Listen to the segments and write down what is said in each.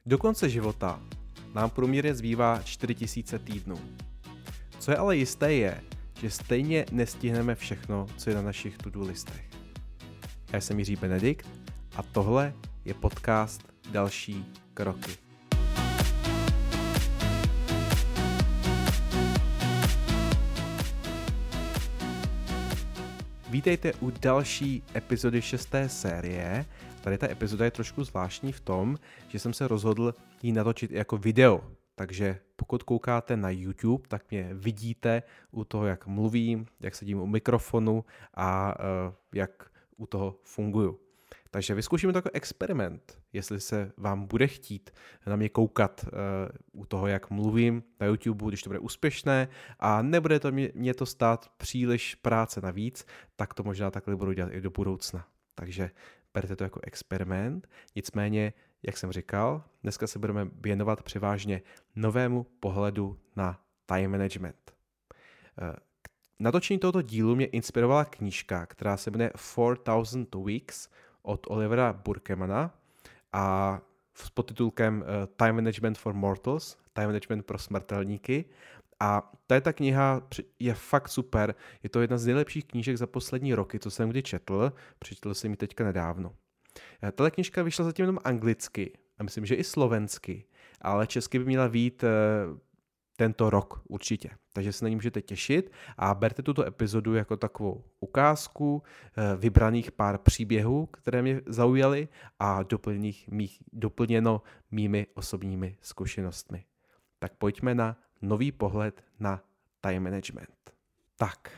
Do konce života nám průměrně zbývá 4000 týdnů. Co je ale jisté je, že stejně nestihneme všechno, co je na našich to-do listech. Já jsem Jiří Benedikt a tohle je podcast Další kroky. Vítejte u další epizody 6. série. Tady ta epizoda je trošku zvláštní v tom, že jsem se rozhodl ji natočit jako video. Takže pokud koukáte na YouTube, tak mě vidíte u toho, jak mluvím, jak sedím u mikrofonu a jak u toho funguju. Takže vyzkoušíme to jako experiment, jestli se vám bude chtít na mě koukat u toho, jak mluvím na YouTube, když to bude úspěšné a nebude to mě to stát příliš práce navíc, tak to možná takhle budu dělat i do budoucna. Takže berte to jako experiment. Nicméně, jak jsem říkal, dneska se budeme věnovat převážně novému pohledu na time management. Natočení tohoto dílu mě inspirovala knížka, která se jmenuje 4000 Weeks od Olivera Burkemana a s podtitulkem Time Management for Mortals, Time Management pro smrtelníky. A ta kniha je fakt super, je to jedna z nejlepších knížek za poslední roky, co jsem kdy četl, přečetl jsem ji teďka nedávno. Tato knížka vyšla zatím jenom anglicky a myslím, že i slovensky, ale česky by měla vyjít tento rok určitě. Takže se na ní můžete těšit a berte tuto epizodu jako takovou ukázku vybraných pár příběhů, které mě zaujaly a doplněno mými osobními zkušenostmi. Tak pojďme na nový pohled na time management. Tak,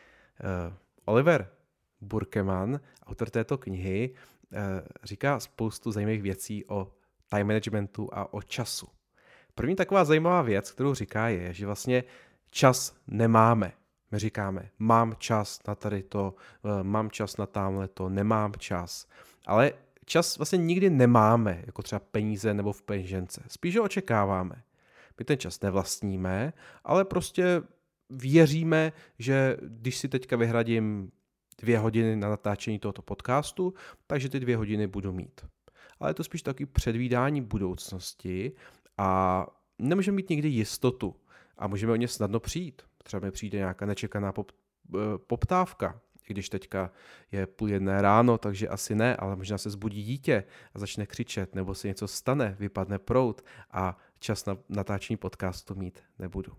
Oliver Burkeman, autor této knihy, říká spoustu zajímavých věcí o time managementu a o času. První taková zajímavá věc, kterou říká, je, že vlastně čas nemáme. My říkáme, mám čas na tady to, mám čas na tamhle to, nemám čas. Ale čas vlastně nikdy nemáme, jako třeba peníze nebo v peněžence. Spíš ho očekáváme. My ten čas nevlastníme, ale prostě věříme, že když si teďka vyhradím 2 hodiny na natáčení tohoto podcastu, takže ty 2 hodiny budu mít. Ale je to spíš takový předvídání budoucnosti a nemůžeme mít nikdy jistotu a můžeme o ně snadno přijít. Třeba mi přijde nějaká nečekaná poptávka, i když teďka je 12:30 ráno, takže asi ne, ale možná se zbudí dítě a začne křičet, nebo se něco stane, vypadne proud a čas na natáčení podcastu mít nebudu.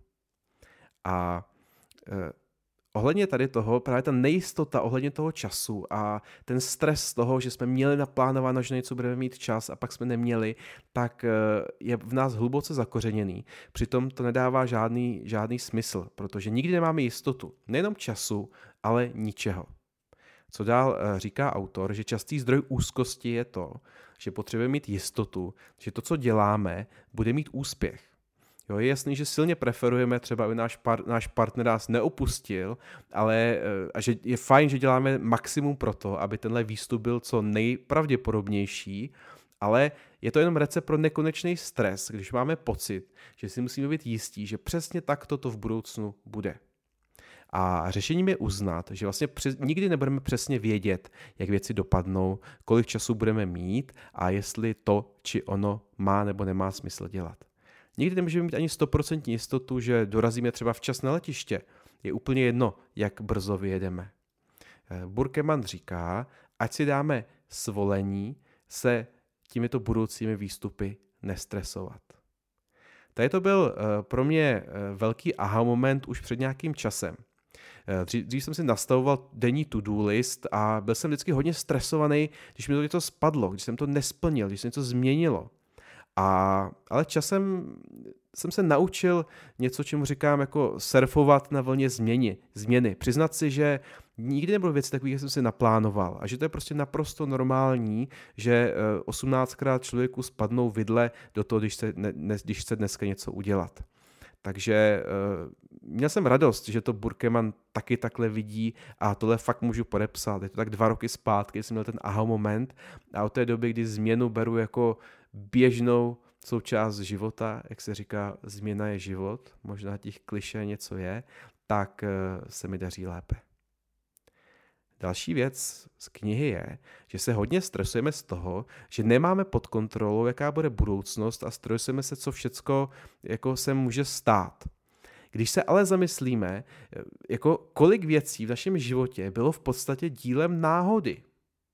A ohledně tady toho, právě ta nejistota ohledně toho času a ten stres z toho, že jsme měli naplánováno, že něco budeme mít čas a pak jsme neměli, tak je v nás hluboce zakořeněný. Přitom to nedává žádný smysl, protože nikdy nemáme jistotu. Nejenom času, ale ničeho. Co dál říká autor, že častý zdroj úzkosti je to, že potřebujeme mít jistotu, že to, co děláme, bude mít úspěch. Jo, je jasný, že silně preferujeme třeba, aby náš partner nás neopustil, ale a že je fajn, že děláme maximum pro to, aby tenhle výstup byl co nejpravděpodobnější, ale je to jenom recept pro nekonečný stres, když máme pocit, že si musíme být jistí, že přesně tak to v budoucnu bude. A řešením je uznat, že vlastně nikdy nebudeme přesně vědět, jak věci dopadnou, kolik času budeme mít a jestli to či ono má nebo nemá smysl dělat. Nikdy nemůžeme mít ani 100% jistotu, že dorazíme třeba včas na letiště. Je úplně jedno, jak brzo vyjedeme. Burkeman říká, ať si dáme svolení se těmito budoucími výstupy nestresovat. Tady to byl pro mě velký aha moment už před nějakým časem. Dřív jsem si nastavoval denní to-do list a byl jsem vždycky hodně stresovaný, když mi to něco spadlo, když jsem to nesplnil, když se něco změnilo. Ale časem jsem se naučil něco, čemu říkám jako surfovat na vlně změny. Přiznat si, že nikdy nebudou věci takových, jak jsem si naplánoval a že to je prostě naprosto normální, že 18krát člověku spadnou vidle do toho, když chce dneska něco udělat. Takže měl jsem radost, že to Burkeman taky takhle vidí a tohle fakt můžu podepsat. Je to tak 2 roky zpátky, jsem měl ten aha moment a od té doby, kdy změnu beru jako běžnou součást života, jak se říká, změna je život, možná těch klišé něco je, tak se mi daří lépe. Další věc z knihy je, že se hodně stresujeme z toho, že nemáme pod kontrolou, jaká bude budoucnost a stresujeme se, co všecko jako se může stát. Když se ale zamyslíme, jako kolik věcí v našem životě bylo v podstatě dílem náhody.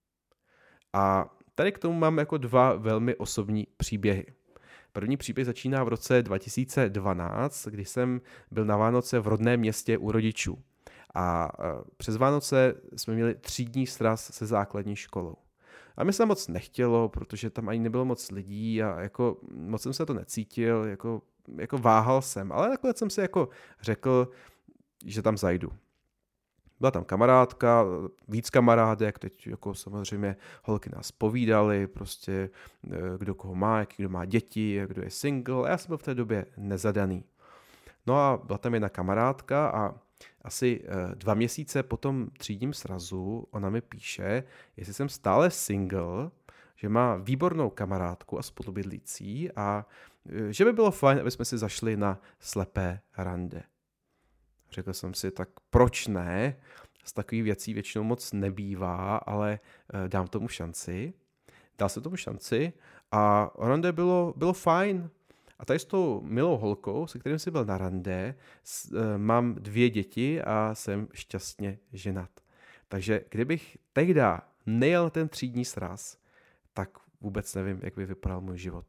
A tady k tomu mám jako 2 velmi osobní příběhy. První příběh začíná v roce 2012, kdy jsem byl na Vánoce v rodném městě u rodičů. A přes Vánoce jsme měli 3dní sraz se základní školou. A mi se moc nechtělo, protože tam ani nebylo moc lidí a jako moc jsem se to necítil, jako váhal jsem, ale nakonec jsem si jako řekl, že tam zajdu. Byla tam kamarádka, víc kamarádek, teď jako samozřejmě holky nás povídaly, prostě kdo koho má, jaký kdo má děti, kdo je single, a já jsem byl v té době nezadaný. No a byla tam jedna kamarádka a asi 2 měsíce po tom 3dním srazu ona mi píše, jestli jsem stále single, že má výbornou kamarádku a spolubydlící a že by bylo fajn, aby jsme si zašli na slepé rande. Řekl jsem si, tak proč ne? Z takových věcí většinou moc nebývá, ale dám tomu šanci. Dal jsem tomu šanci a rande bylo fajn. A tady s tou milou holkou, se kterým jsem byl na rande, mám 2 děti a jsem šťastně ženat. Takže kdybych tehdy nejel ten 3dní sraz, tak vůbec nevím, jak by vypadal můj život.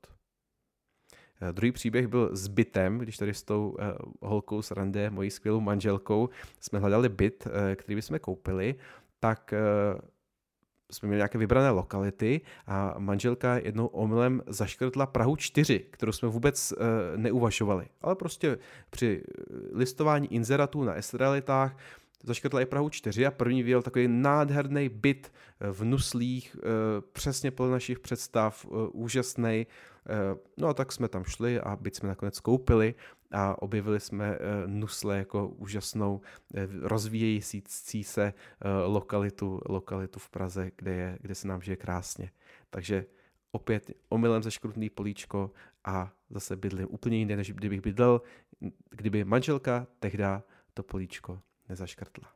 Druhý příběh byl s bytem, když tady s tou holkou z rande, mojí skvělou manželkou, jsme hledali byt, který bychom koupili, tak jsme měli nějaké vybrané lokality a manželka jednou omylem zaškrtla Prahu 4, kterou jsme vůbec neuvažovali. Ale prostě při listování inzeratů na Esrealitách zaškrtla i Prahu 4 a první vyjel takový nádherný byt v Nuslích, přesně podle našich představ, úžasný. No a tak jsme tam šli a byt jsme nakonec koupili a objevili jsme Nusle jako úžasnou rozvíjející se lokalitu v Praze, kde se nám žije krásně. Takže opět omylem zaškrtný políčko a zase bydlím úplně jinde, než kdybych bydlel, kdyby manželka tehda to políčko nezaškrtla.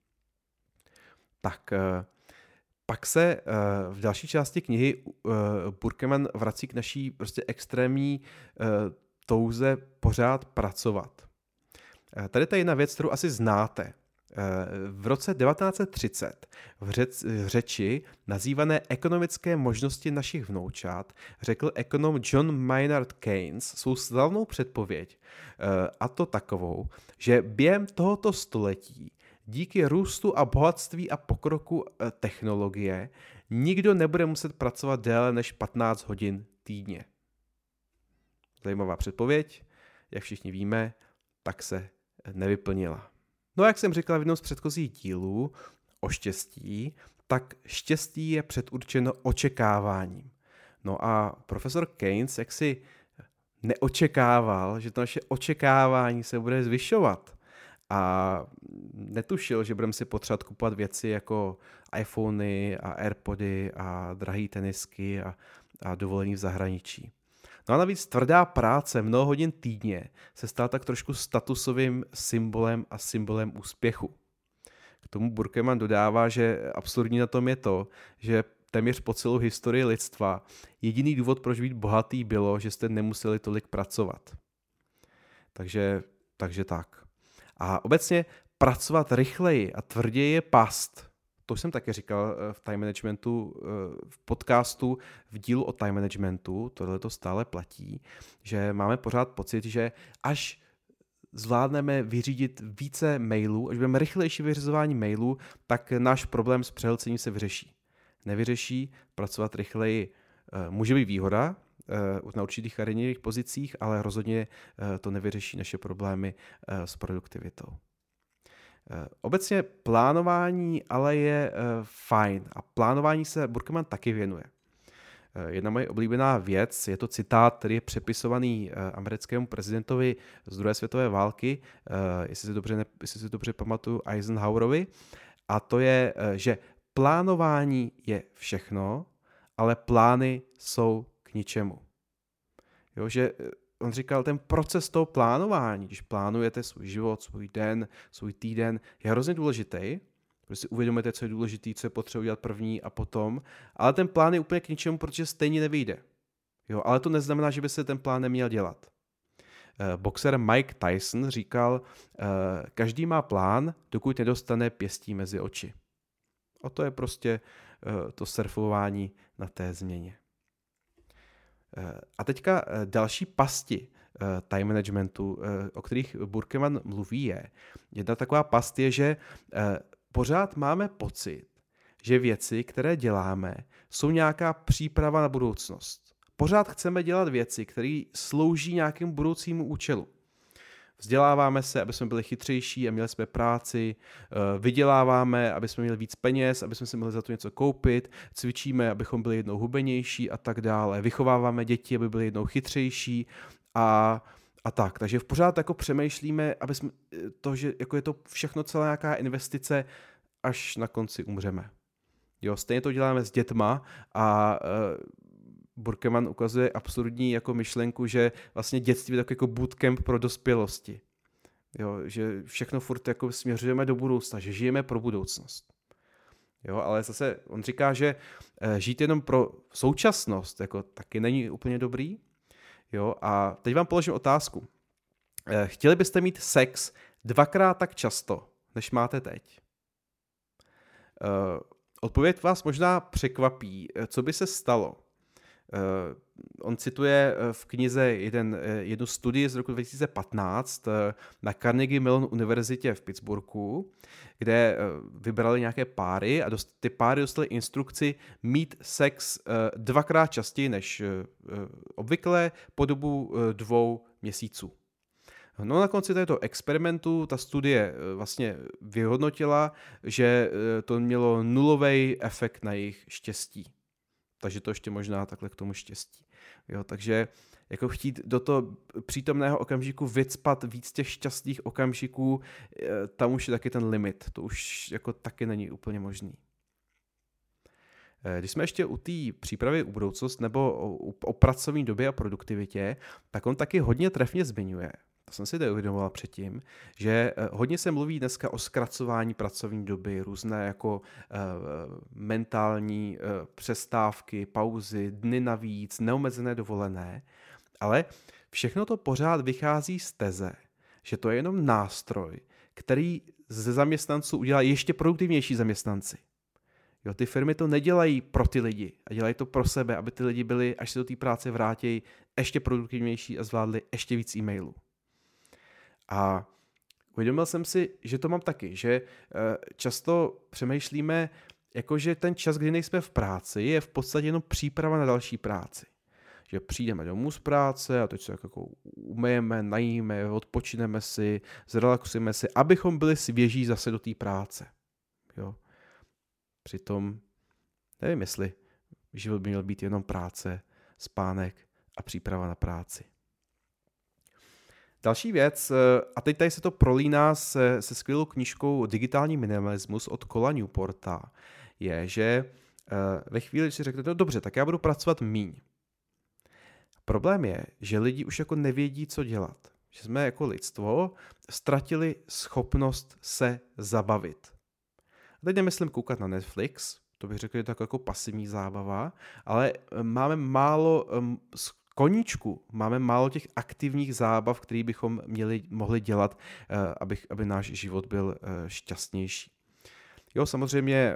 Tak pak se v další části knihy Burkeman vrací k naší prostě extrémní touze pořád pracovat. Tady je jedna věc, kterou asi znáte. V roce 1930 v řeči nazývané Ekonomické možnosti našich vnoučat řekl ekonom John Maynard Keynes svou slavnou předpověď, a to takovou, že během tohoto století díky růstu a bohatství a pokroku technologie nikdo nebude muset pracovat déle než 15 hodin týdně. Zajímavá předpověď, jak všichni víme, tak se nevyplnila. No a jak jsem říkal v jednom z předchozích dílů o štěstí, tak štěstí je předurčeno očekáváním. No a profesor Keynes jaksi neočekával, že to naše očekávání se bude zvyšovat. A netušil, že budeme si potřebovat kupovat věci jako iPhony a AirPody a drahé tenisky a dovolení v zahraničí. No a navíc tvrdá práce mnoho hodin týdně se stala tak trošku statusovým symbolem a symbolem úspěchu. K tomu Burkeman dodává, že absurdní na tom je to, že téměř po celou historii lidstva jediný důvod, proč být bohatý, bylo, že jste nemuseli tolik pracovat. Takže tak. A obecně pracovat rychleji a tvrději je past. To jsem také říkal v time managementu, v podcastu, v dílu o time managementu, tohle to stále platí, že máme pořád pocit, že až zvládneme vyřídit více mailů, až budeme rychlejší vyřizování mailů, tak náš problém s přehlcením se vyřeší. Nevyřeší, pracovat rychleji může být výhoda na určitých kariérních pozicích, ale rozhodně to nevyřeší naše problémy s produktivitou. Obecně plánování ale je fajn a plánování se Burkeman taky věnuje. Jedna moje oblíbená věc, je to citát, který je přepisovaný americkému prezidentovi z druhé světové války, jestli si dobře pamatuju, Eisenhowerovi, a to je, že plánování je všechno, ale plány jsou k ničemu. Jo, že on říkal, ten proces toho plánování, když plánujete svůj život, svůj den, svůj týden, je hrozně důležitý, protože si uvědomujete, co je důležité, co je potřeba udělat první a potom, ale ten plán je úplně k ničemu, protože stejně nevyjde. Jo, ale to neznamená, že by se ten plán neměl dělat. Boxer Mike Tyson říkal, každý má plán, dokud nedostane pěstí mezi oči. A to je prostě to surfování na té změně. A teďka další pasti time managementu, o kterých Burkeman mluví, je. Jedna taková past je, že pořád máme pocit, že věci, které děláme, jsou nějaká příprava na budoucnost. Pořád chceme dělat věci, které slouží nějakému budoucímu účelu. Vzděláváme se, aby jsme byli chytřejší a měli jsme práci, vyděláváme, aby jsme měli víc peněz, aby jsme si mohli za to něco koupit, cvičíme, abychom byli jednou hubenější a tak dále. Vychováváme děti, aby byli jednou chytřejší a tak. Takže v pořád jako přemýšlíme, aby jsme to, že jako je to všechno celá nějaká investice, až na konci umřeme. Jo, stejně to děláme s dětma a Burkeman ukazuje absurdní jako myšlenku, že vlastně dětství je takový jako bootcamp pro dospělosti. Jo, že všechno furt jako směřujeme do budoucna, že žijeme pro budoucnost. Jo, ale zase on říká, že žít jenom pro současnost jako taky není úplně dobrý. Jo, a teď vám položím otázku. Chtěli byste mít sex 2x tak často, než máte teď? Odpověď vás možná překvapí. Co by se stalo? On cituje v knize jednu studii z roku 2015 na Carnegie Mellon univerzitě v Pittsburghu, kde vybrali nějaké páry a ty páry dostali instrukci mít sex 2x častěji než obvykle po dobu 2 měsíců. No na konci této experimentu ta studie vlastně vyhodnotila, že to mělo nulový efekt na jejich štěstí. Takže to ještě možná takhle k tomu štěstí. Jo, takže jako chtít do toho přítomného okamžiku vycpat víc těch šťastných okamžiků, tam už je taky ten limit. To už jako taky není úplně možný. Když jsme ještě u té přípravy u budoucnost nebo o pracovní době a produktivitě, tak on taky hodně trefně zmiňuje. To jsem si neuvědomoval předtím, že hodně se mluví dneska o zkracování pracovní doby, různé jako mentální přestávky, pauzy, dny navíc, neomezené dovolené, ale všechno to pořád vychází z teze, že to je jenom nástroj, který ze zaměstnanců udělá ještě produktivnější zaměstnanci. Jo, ty firmy to nedělají pro ty lidi a dělají to pro sebe, aby ty lidi byli, až se do té práce vrátí, ještě produktivnější a zvládli ještě víc e-mailů. A uvědomil jsem si, že to mám taky, že často přemýšlíme, jako že ten čas, kdy nejsme v práci, je v podstatě jenom příprava na další práci. Že přijdeme domů z práce a teď se jako umyjeme, najíme, odpočineme si, zrelaxujeme si, abychom byli svěží zase do té práce. Jo. Přitom nevím, jestli život by měl být jenom práce, spánek a příprava na práci. Další věc, a teď tady se to prolíná se skvělou knížkou Digitální minimalismus od Cola Newporta, je, že ve chvíli, když si řeknete, no dobře, tak já budu pracovat míň. Problém je, že lidi už jako nevědí, co dělat. Že jsme jako lidstvo ztratili schopnost se zabavit. A teď nemyslím koukat na Netflix, to bych řekl, že to jako pasivní zábava, ale máme málo koníčku, máme málo těch aktivních zábav, které bychom mohli dělat, aby náš život byl šťastnější. Jo, samozřejmě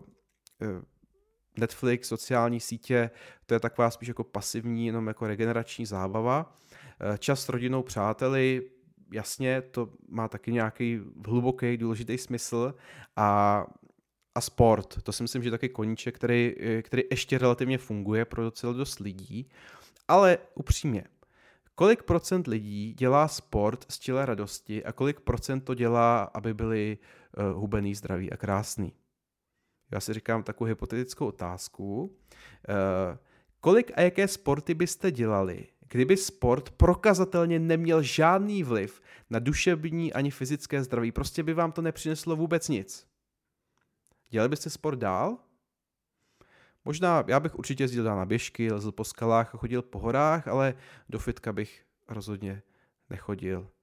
Netflix, sociální sítě, to je taková spíš jako pasivní, jenom jako regenerační zábava. Čas s rodinou, přáteli, jasně, to má taky nějaký hluboký, důležitý smysl a sport, to si myslím, že taky koníček, který ještě relativně funguje pro docela dost lidí, ale upřímně, kolik procent lidí dělá sport z čilé radosti a kolik procent to dělá, aby byli hubený, zdraví a krásný? Já si říkám takovou hypotetickou otázku. Kolik a jaké sporty byste dělali, kdyby sport prokazatelně neměl žádný vliv na duševní ani fyzické zdraví? Prostě by vám to nepřineslo vůbec nic. Dělali byste sport dál? Možná, já bych určitě jezdil dál na běžky, lezl po skalách a chodil po horách, ale do fitka bych rozhodně nechodil.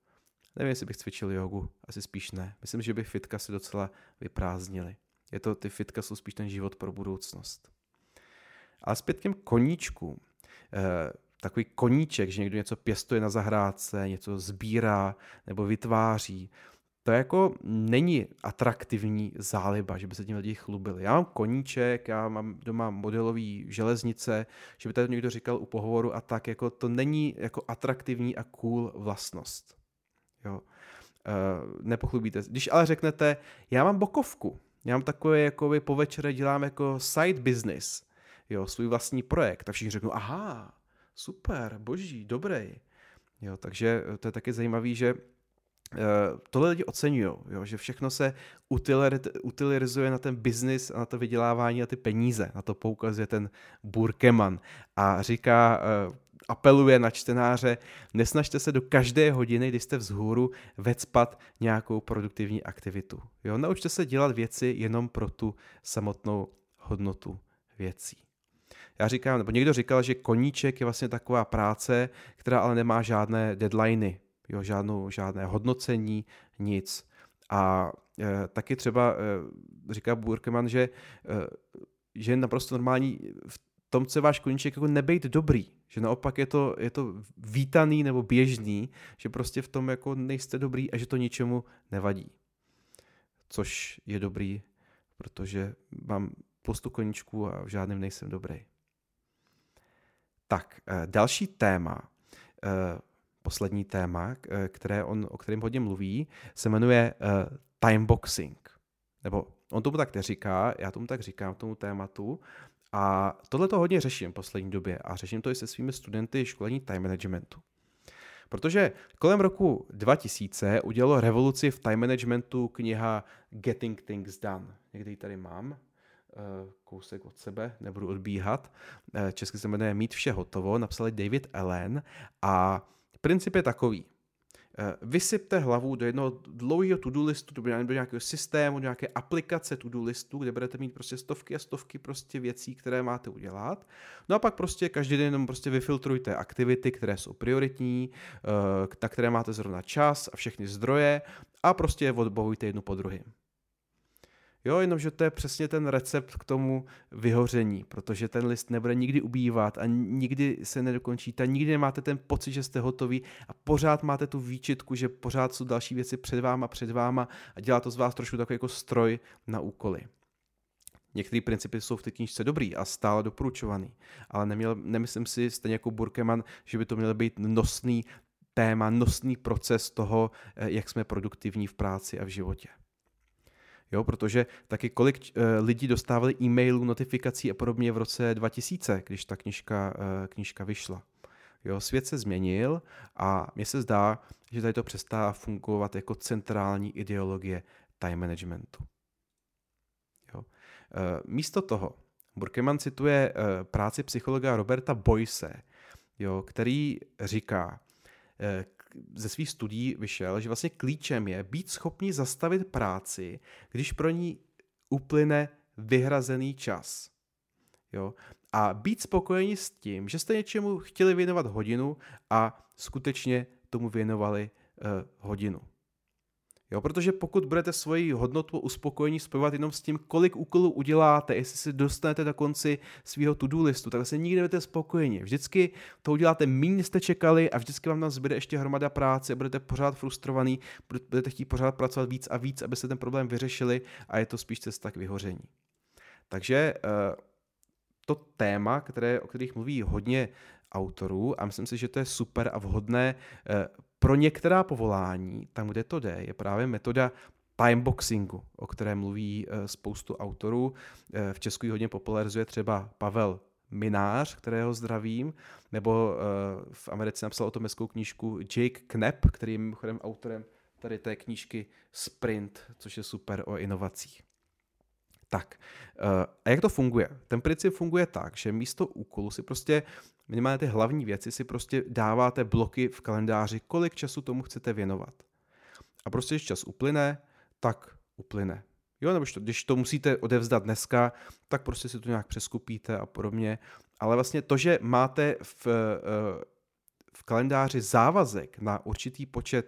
Nevím, jestli bych cvičil jogu, asi spíš ne. Myslím, že by fitka se docela vyprázdnily. Ty fitka jsou spíš ten život pro budoucnost. A zpět k těm koníčkům. Takový koníček, že někdo něco pěstuje na zahrádce, něco sbírá nebo vytváří, to jako není atraktivní záliba, že by se tím lidi chlubili. Já mám koníček, já mám doma modelový železnice, že by tady někdo říkal u pohovoru a tak, jako to není jako atraktivní a cool vlastnost. Jo. Nepochlubíte. Když ale řeknete, já mám bokovku, já mám takové, jako po večere dělám jako side business, jo, svůj vlastní projekt, tak všichni řeknou, aha, super, boží, dobrý. Jo, takže to je taky zajímavý, že tohle lidi oceňují, že všechno se utilizuje na ten biznis a na to vydělávání a ty peníze. Na to poukazuje ten Burkeman a říká, apeluje na čtenáře, nesnažte se do každé hodiny, když jste vzhůru, vecpat nějakou produktivní aktivitu. Jo? Naučte se dělat věci jenom pro tu samotnou hodnotu věcí. Já říkám, nebo někdo říkal, že koníček je vlastně taková práce, která ale nemá žádné deadliny, jo, žádné hodnocení, nic. A taky třeba říká Burkeman, že je naprosto normální v tom, co je váš koníček, jako nebejt dobrý. Že naopak je to vítaný nebo běžný, že prostě v tom jako nejste dobrý a že to ničemu nevadí. Což je dobrý, protože mám spoustu koníčků a v žádném nejsem dobrý. Tak, další téma, poslední téma, o kterém hodně mluví, se jmenuje timeboxing. Nebo on tomu tak neříká, já tomu tak říkám, tomu tématu. A tohle to hodně řeším v poslední době a řeším to i se svými studenty školení time managementu. Protože kolem roku 2000 udělalo revoluci v time managementu kniha Getting Things Done. Někde ji tady mám, kousek od sebe, nebudu odbíhat. Česky se jmenuje Mít vše hotovo, napsali David Allen a princip je takový. Vysypte hlavu do jednoho dlouhého to-do listu, do nějakého systému, do nějaké aplikace to-do listu, kde budete mít prostě stovky a stovky prostě věcí, které máte udělat. No a pak prostě každý den jenom prostě vyfiltrujte aktivity, které jsou prioritní, na které máte zrovna čas a všechny zdroje a prostě je odbavujte jednu po druhém. Jo, jenomže to je přesně ten recept k tomu vyhoření, protože ten list nebude nikdy ubývat a nikdy se nedokončíte, nikdy nemáte ten pocit, že jste hotoví a pořád máte tu výčitku, že pořád jsou další věci před váma a dělá to z vás trošku takový jako stroj na úkoly. Některé principy jsou v té knížce dobrý a stále doporučovaný, ale nemyslím si, stejně jako Burkeman, že by to měl být nosný téma, nosný proces toho, jak jsme produktivní v práci a v životě. Jo, protože taky kolik lidí dostávali e-mailů, notifikací a podobně v roce 2000, když ta knížka vyšla. Jo, svět se změnil a mně se zdá, že tady to přestává fungovat jako centrální ideologie time managementu. Jo. Místo toho Burkeman cituje práci psychologa Roberta Boyce, jo, který říká, ze svých studií vyšel, že vlastně klíčem je být schopni zastavit práci, když pro ní uplyne vyhrazený čas. Jo? A být spokojeni s tím, že jste něčemu chtěli věnovat hodinu a skutečně tomu věnovali hodinu. Jo, protože pokud budete svoji hodnotu uspokojení spojovat jenom s tím, kolik úkolů uděláte, jestli si dostanete do konci svého to-do listu, tak vlastně nikdy nebudete spokojeni. Vždycky to uděláte méně, než jste čekali a vždycky vám tam zbyde ještě hromada práce, budete pořád frustrovaný, budete chtít pořád pracovat víc a víc, abyste ten problém vyřešili a je to spíš cesta k vyhoření. Takže to téma, o kterých mluví hodně autorů a myslím si, že to je super a vhodné pro některá povolání, tam, kde to jde, je právě metoda timeboxingu, o které mluví spoustu autorů. V Česku ji hodně popularizuje třeba Pavel Minář, kterého zdravím, nebo v Americe napsal o tom hezkou knížku Jake Knapp, který je mimochodem autorem tady té knížky Sprint, což je super o inovacích. Tak, a jak to funguje? Ten princip funguje tak, že místo úkolu si prostě minimálně ty hlavní věci si prostě dáváte bloky v kalendáři, kolik času tomu chcete věnovat. A prostě, když čas uplyne, tak uplyne. Jo, nebo když to musíte odevzdat dneska, tak prostě si to nějak přeskupíte a podobně. Ale vlastně to, že máte v kalendáři závazek na určitý počet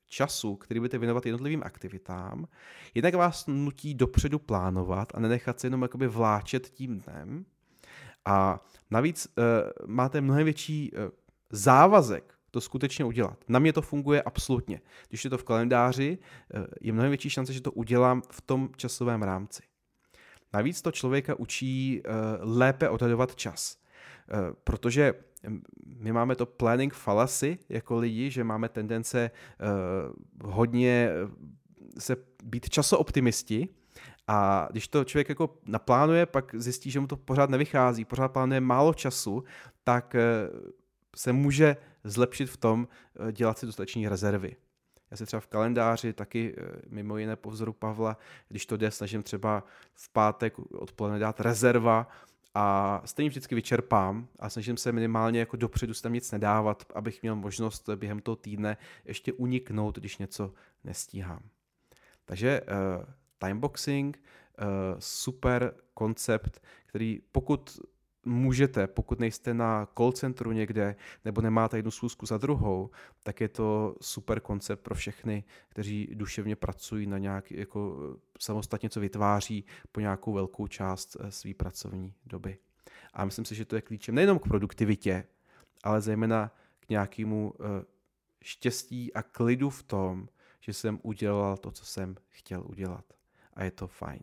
času, který budete věnovat jednotlivým aktivitám, jednak vás nutí dopředu plánovat a nenechat se jenom jakoby vláčet tím dnem. A navíc máte mnohem větší závazek to skutečně udělat. Na mě to funguje absolutně. Když je to v kalendáři, je mnohem větší šance, že to udělám v tom časovém rámci. Navíc to člověka učí lépe odhadovat čas. Protože my máme to planning fallacy jako lidi, že máme tendence hodně být časooptimisti, a když to člověk jako naplánuje, pak zjistí, že mu to pořád nevychází, pořád plánuje málo času, tak se může zlepšit v tom dělat si dostatečné rezervy. Já se třeba v kalendáři taky mimo jiné po vzoru Pavla, když to jde, snažím třeba v pátek odpoledne dát rezerva a stejně vždycky vyčerpám a snažím se minimálně jako dopředu tam nic nedávat, abych měl možnost během toho týdne ještě uniknout, když něco nestíhám. Takže timeboxing, super koncept, který pokud můžete, pokud nejste na call centru někde nebo nemáte jednu schůzku za druhou, tak je to super koncept pro všechny, kteří duševně pracují na nějaký, jako samostatně co vytváří po nějakou velkou část své pracovní doby. A myslím si, že to je klíčem nejenom k produktivitě, ale zejména k nějakému štěstí a klidu v tom, že jsem udělal to, co jsem chtěl udělat. A je to fajn.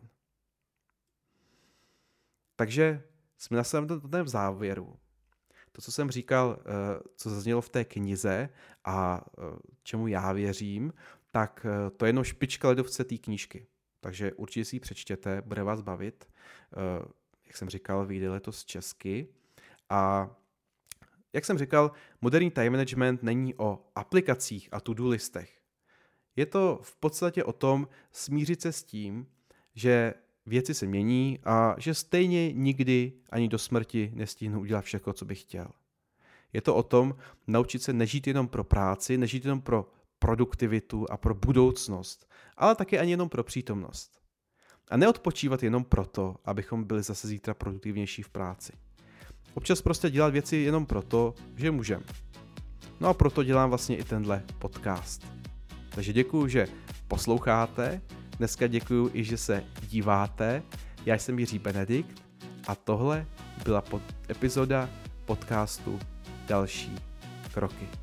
Takže jsme na svém v závěru. To, co jsem říkal, co zaznělo v té knize a čemu já věřím, tak to je jenom špička ledovce té knížky. Takže určitě si ji přečtěte, bude vás bavit. Jak jsem říkal, vyjde letos česky. A jak jsem říkal, moderní time management není o aplikacích a to-do listech. Je to v podstatě o tom smířit se s tím, že věci se mění a že stejně nikdy ani do smrti nestihnu udělat všechno, co bych chtěl. Je to o tom naučit se nežít jenom pro práci, nežít jenom pro produktivitu a pro budoucnost, ale také ani jenom pro přítomnost. A neodpočívat jenom proto, abychom byli zase zítra produktivnější v práci. Občas prostě dělat věci jenom proto, že můžeme. No a proto dělám vlastně i tenhle podcast. Takže děkuju, že posloucháte, dneska děkuju i, že se díváte. Já jsem Jiří Benedikt a tohle byla epizoda podcastu Další kroky.